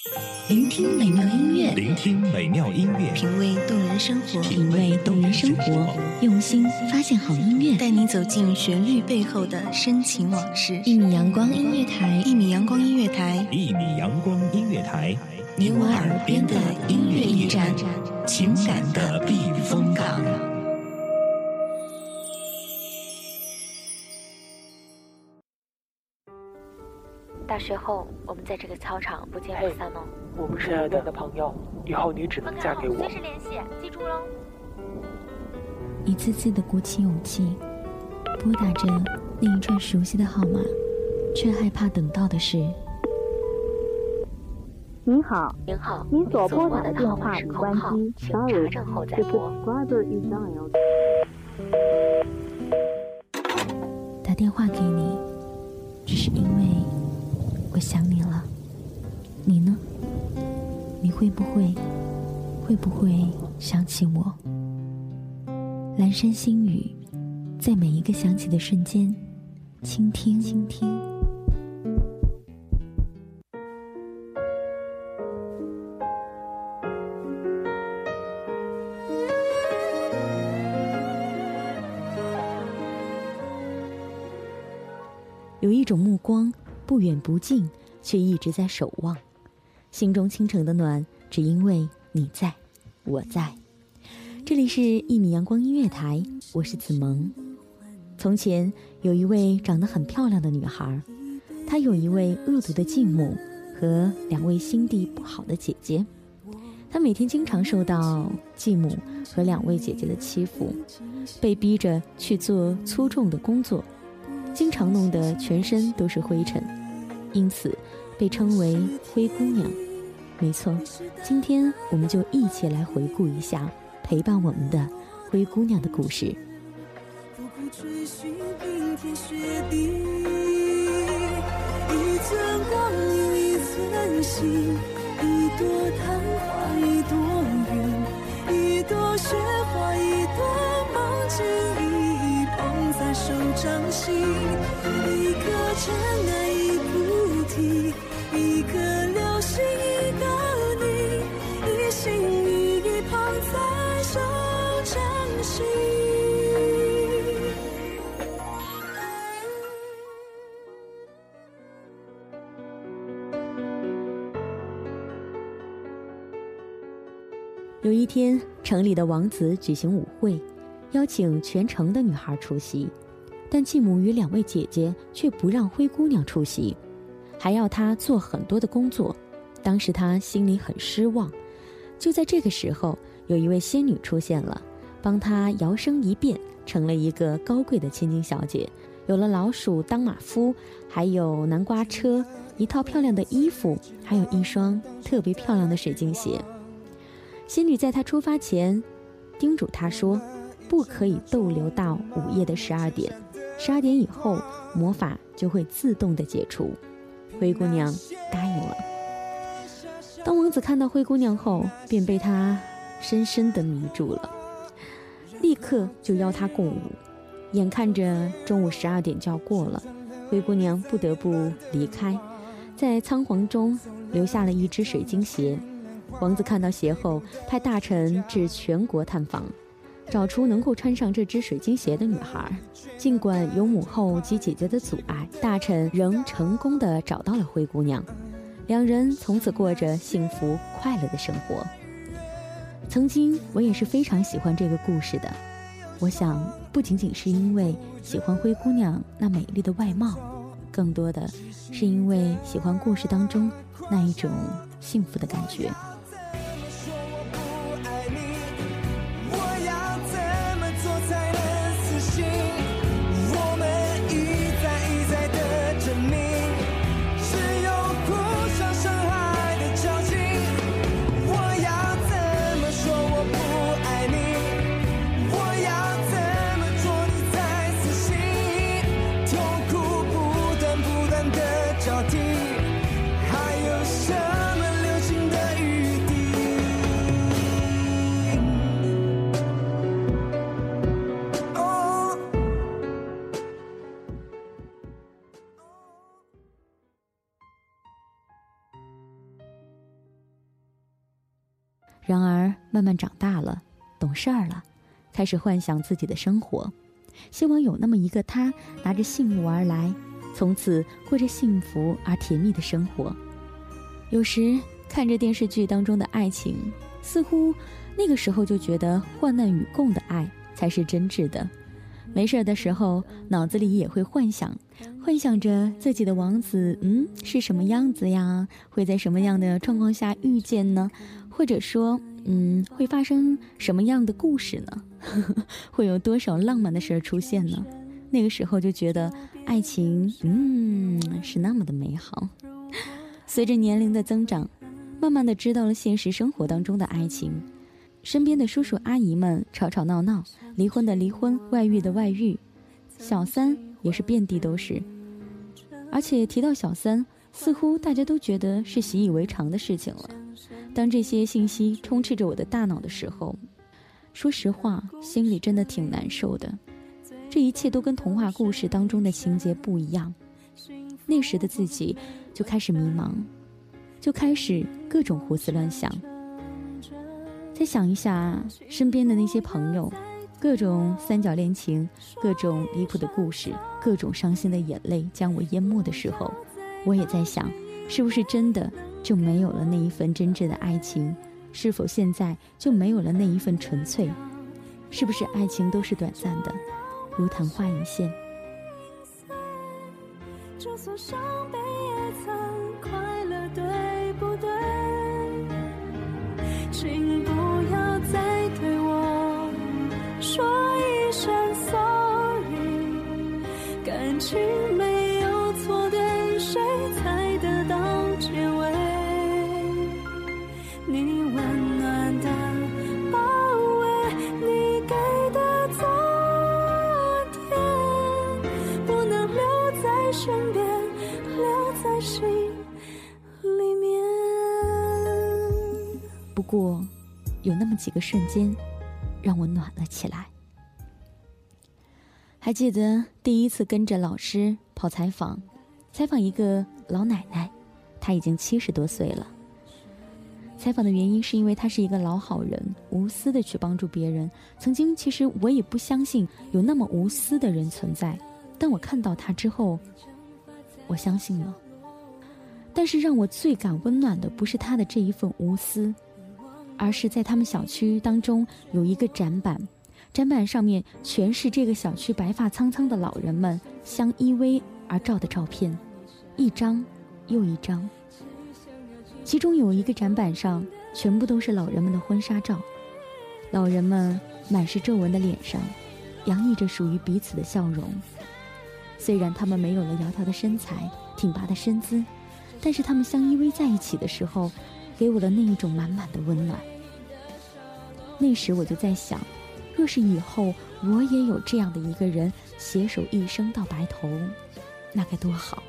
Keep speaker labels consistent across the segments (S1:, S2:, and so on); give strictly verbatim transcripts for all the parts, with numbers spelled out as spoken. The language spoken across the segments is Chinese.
S1: 聆听美妙音乐，
S2: 聆听美妙音乐，
S1: 品味动人生活，
S3: 品味动人生活，用心发现好音乐，
S1: 带你走进旋律背后的深情往事。
S3: 一米阳光音乐台，
S1: 一米阳光音乐台，
S2: 一米阳光音乐台，
S1: 你我耳边的音乐驿站，情感的避风港。
S4: 大学后，我们在这个操场不见不散哦。
S5: 我们是永远的朋友，以后你只能嫁给我。
S4: 随时联系，记住喽。
S3: 一次次的鼓起勇气，拨打着那一串熟悉的号码，却害怕等到的是：
S6: 您好，
S4: 您好，
S6: 您所拨打的电话已关机，
S4: 请查证后再拨。
S3: 打电话给你，只是因为我想你了。你呢？你会不会会不会想起我？阑珊星语，在每一个想起的瞬间，倾听倾听。有一种目光，不远不近，却一直在守望，心中倾城的暖，只因为你在，我在。这里是一米阳光音乐台，我是子萌。从前有一位长得很漂亮的女孩，她有一位恶毒的继母和两位心地不好的姐姐。她每天经常受到继母和两位姐姐的欺负，被逼着去做粗重的工作，经常弄得全身都是灰尘，因此被称为灰姑娘。没错，今天我们就一起来回顾一下陪伴我们的灰姑娘的故事。
S7: 不顾追寻冰天雪地，一寸光阴一寸心，一朵昙花一朵云，一朵雪花一朵梦境，一捧在手掌心，一颗尘埃一菩提，一颗流星一个你，一心一意捧在手掌心。
S3: 有一天，城里的王子举行舞会，邀请全城的女孩出席，但继母与两位姐姐却不让灰姑娘出席，还要她做很多的工作。当时她心里很失望。就在这个时候，有一位仙女出现了，帮她摇身一变成了一个高贵的千金小姐，有了老鼠当马夫，还有南瓜车，一套漂亮的衣服，还有一双特别漂亮的水晶鞋。仙女在她出发前叮嘱她说，不可以逗留到午夜的十二点，十二点以后魔法就会自动的解除。灰姑娘答应了。当王子看到灰姑娘后，便被她深深的迷住了，立刻就邀她共舞。眼看着中午十二点就要过了，灰姑娘不得不离开，在仓皇中留下了一只水晶鞋。王子看到鞋后，派大臣至全国探访，找出能够穿上这只水晶鞋的女孩。尽管有母后及姐姐的阻碍，大臣仍成功地找到了灰姑娘，两人从此过着幸福快乐的生活。曾经我也是非常喜欢这个故事的，我想不仅仅是因为喜欢灰姑娘那美丽的外貌，更多的是因为喜欢故事当中那一种幸福的感觉。
S7: 还有什么流行的语
S3: 然而慢慢长大了，懂事儿了，开始幻想自己的生活，希望有那么一个他拿着信物而来，从此过着幸福而甜蜜的生活。有时看着电视剧当中的爱情，似乎那个时候就觉得患难与共的爱才是真挚的。没事的时候，脑子里也会幻想，幻想着自己的王子，嗯，是什么样子呀？会在什么样的状况下遇见呢？或者说，嗯，会发生什么样的故事呢？会有多少浪漫的事出现呢？那个时候就觉得爱情，嗯，是那么的美好。随着年龄的增长，慢慢的知道了现实生活当中的爱情。身边的叔叔阿姨们吵吵闹闹，离婚的离婚，外遇的外遇，小三也是遍地都是。而且提到小三，似乎大家都觉得是习以为常的事情了。当这些信息充斥着我的大脑的时候，说实话，心里真的挺难受的。这一切都跟童话故事当中的情节不一样。那时的自己就开始迷茫，就开始各种胡思乱想。再想一下身边的那些朋友，各种三角恋情，各种离谱的故事，各种伤心的眼泪将我淹没的时候，我也在想，是不是真的就没有了那一份真挚的爱情？是否现在就没有了那一份纯粹？是不是爱情都是短暂的，如昙花一现？
S7: 就算伤悲也曾快乐，对不对？请不要再对我说一声 sorry， 感情没有错对，谁才得到结尾？你温暖的包围，你给的昨天，不能留在身边，留在心里面。
S3: 不过有那么几个瞬间让我暖了起来。还记得第一次跟着老师跑采访，采访一个老奶奶，她已经七十多岁了。采访的原因是因为她是一个老好人，无私的去帮助别人。曾经其实我也不相信有那么无私的人存在，但我看到她之后，我相信了。但是让我最感温暖的不是她的这一份无私，而是在他们小区当中有一个展板，展板上面全是这个小区白发苍苍的老人们相依偎而照的照片，一张又一张。其中有一个展板上全部都是老人们的婚纱照，老人们满是皱纹的脸上洋溢着属于彼此的笑容。虽然他们没有了窈窕的身材，挺拔的身姿，但是他们相依偎在一起的时候，给我了那一种满满的温暖。那时我就在想，若是以后我也有这样的一个人，携手一生到白头，那该多好。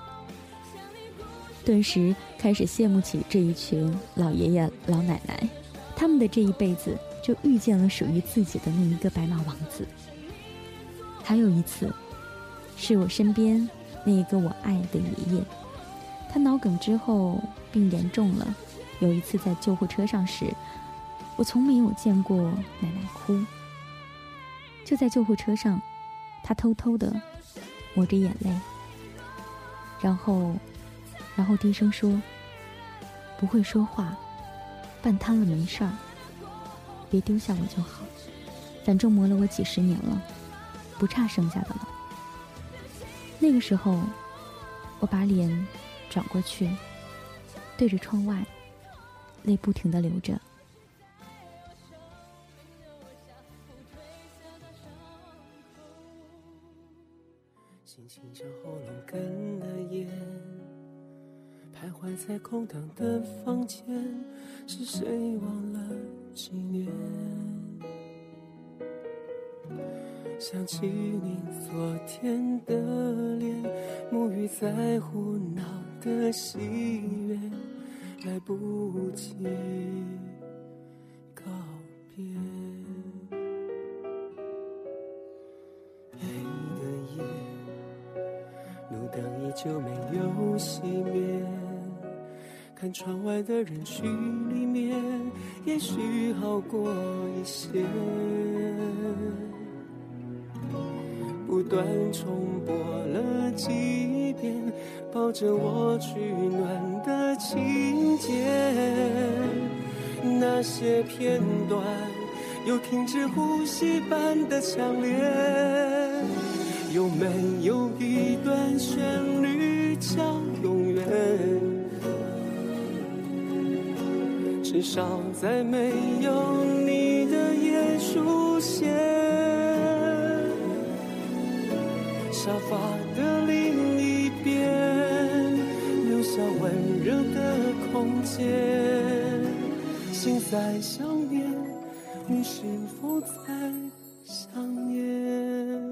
S3: 顿时开始羡慕起这一群老爷爷老奶奶，他们的这一辈子就遇见了属于自己的那一个白马王子。还有一次，是我身边那一个我爱的爷爷，他脑梗之后病严重了。有一次在救护车上时，我从没有见过奶奶哭。就在救护车上，他偷偷地抹着眼泪，然后然后低声说，不会说话，半瘫了没事儿，别丢下我就好，反正磨了我几十年了，不差剩下的了。那个时候我把脸转过去，对着窗外，泪不停地流着。
S8: 心情像喉咙干了眼，徘徊在空荡的房间，是谁忘了纪念？想起你昨天的脸，沐浴在胡闹的喜悦，来不及告别。黑的夜，路灯依旧没有熄灭， 看窗外的人群里面，也许好过一些。不断重播了几遍，抱着我取暖的情节，那些片段有停止呼吸般的强烈，有没有一段旋律叫永远？至少在没有你的夜出现，沙发的另一边留下温热的空间，心在想念，你是否在想念？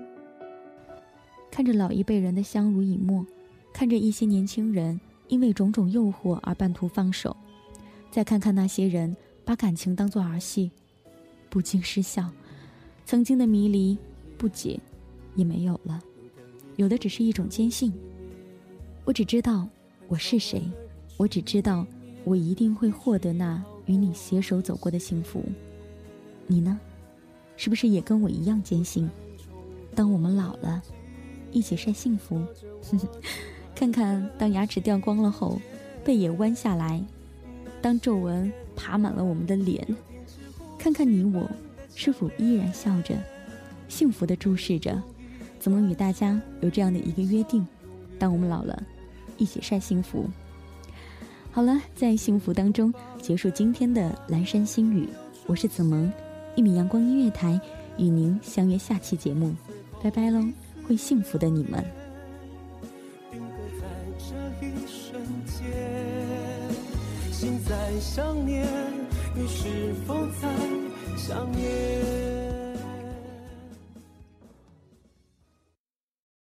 S3: 看着老一辈人的相濡以沫，看着一些年轻人因为种种诱惑而半途放手，再看看那些人把感情当作儿戏，不禁失笑。曾经的迷离不解也没有了，有的只是一种坚信。我只知道我是谁，我只知道我一定会获得那与你携手走过的幸福。你呢？是不是也跟我一样坚信，当我们老了一起晒幸福？看看当牙齿掉光了后，背也弯下来，当皱纹爬满了我们的脸，看看你我是否依然笑着，幸福地注视着。怎么与大家有这样的一个约定，当我们老了一起晒幸福。好了，在幸福当中结束今天的蓝山星语，我是子萌，一米阳光音乐台，与您相约下期节目，拜拜喽，会幸福的你们。
S8: 定格在这一瞬间，心在想念，你是否在想念？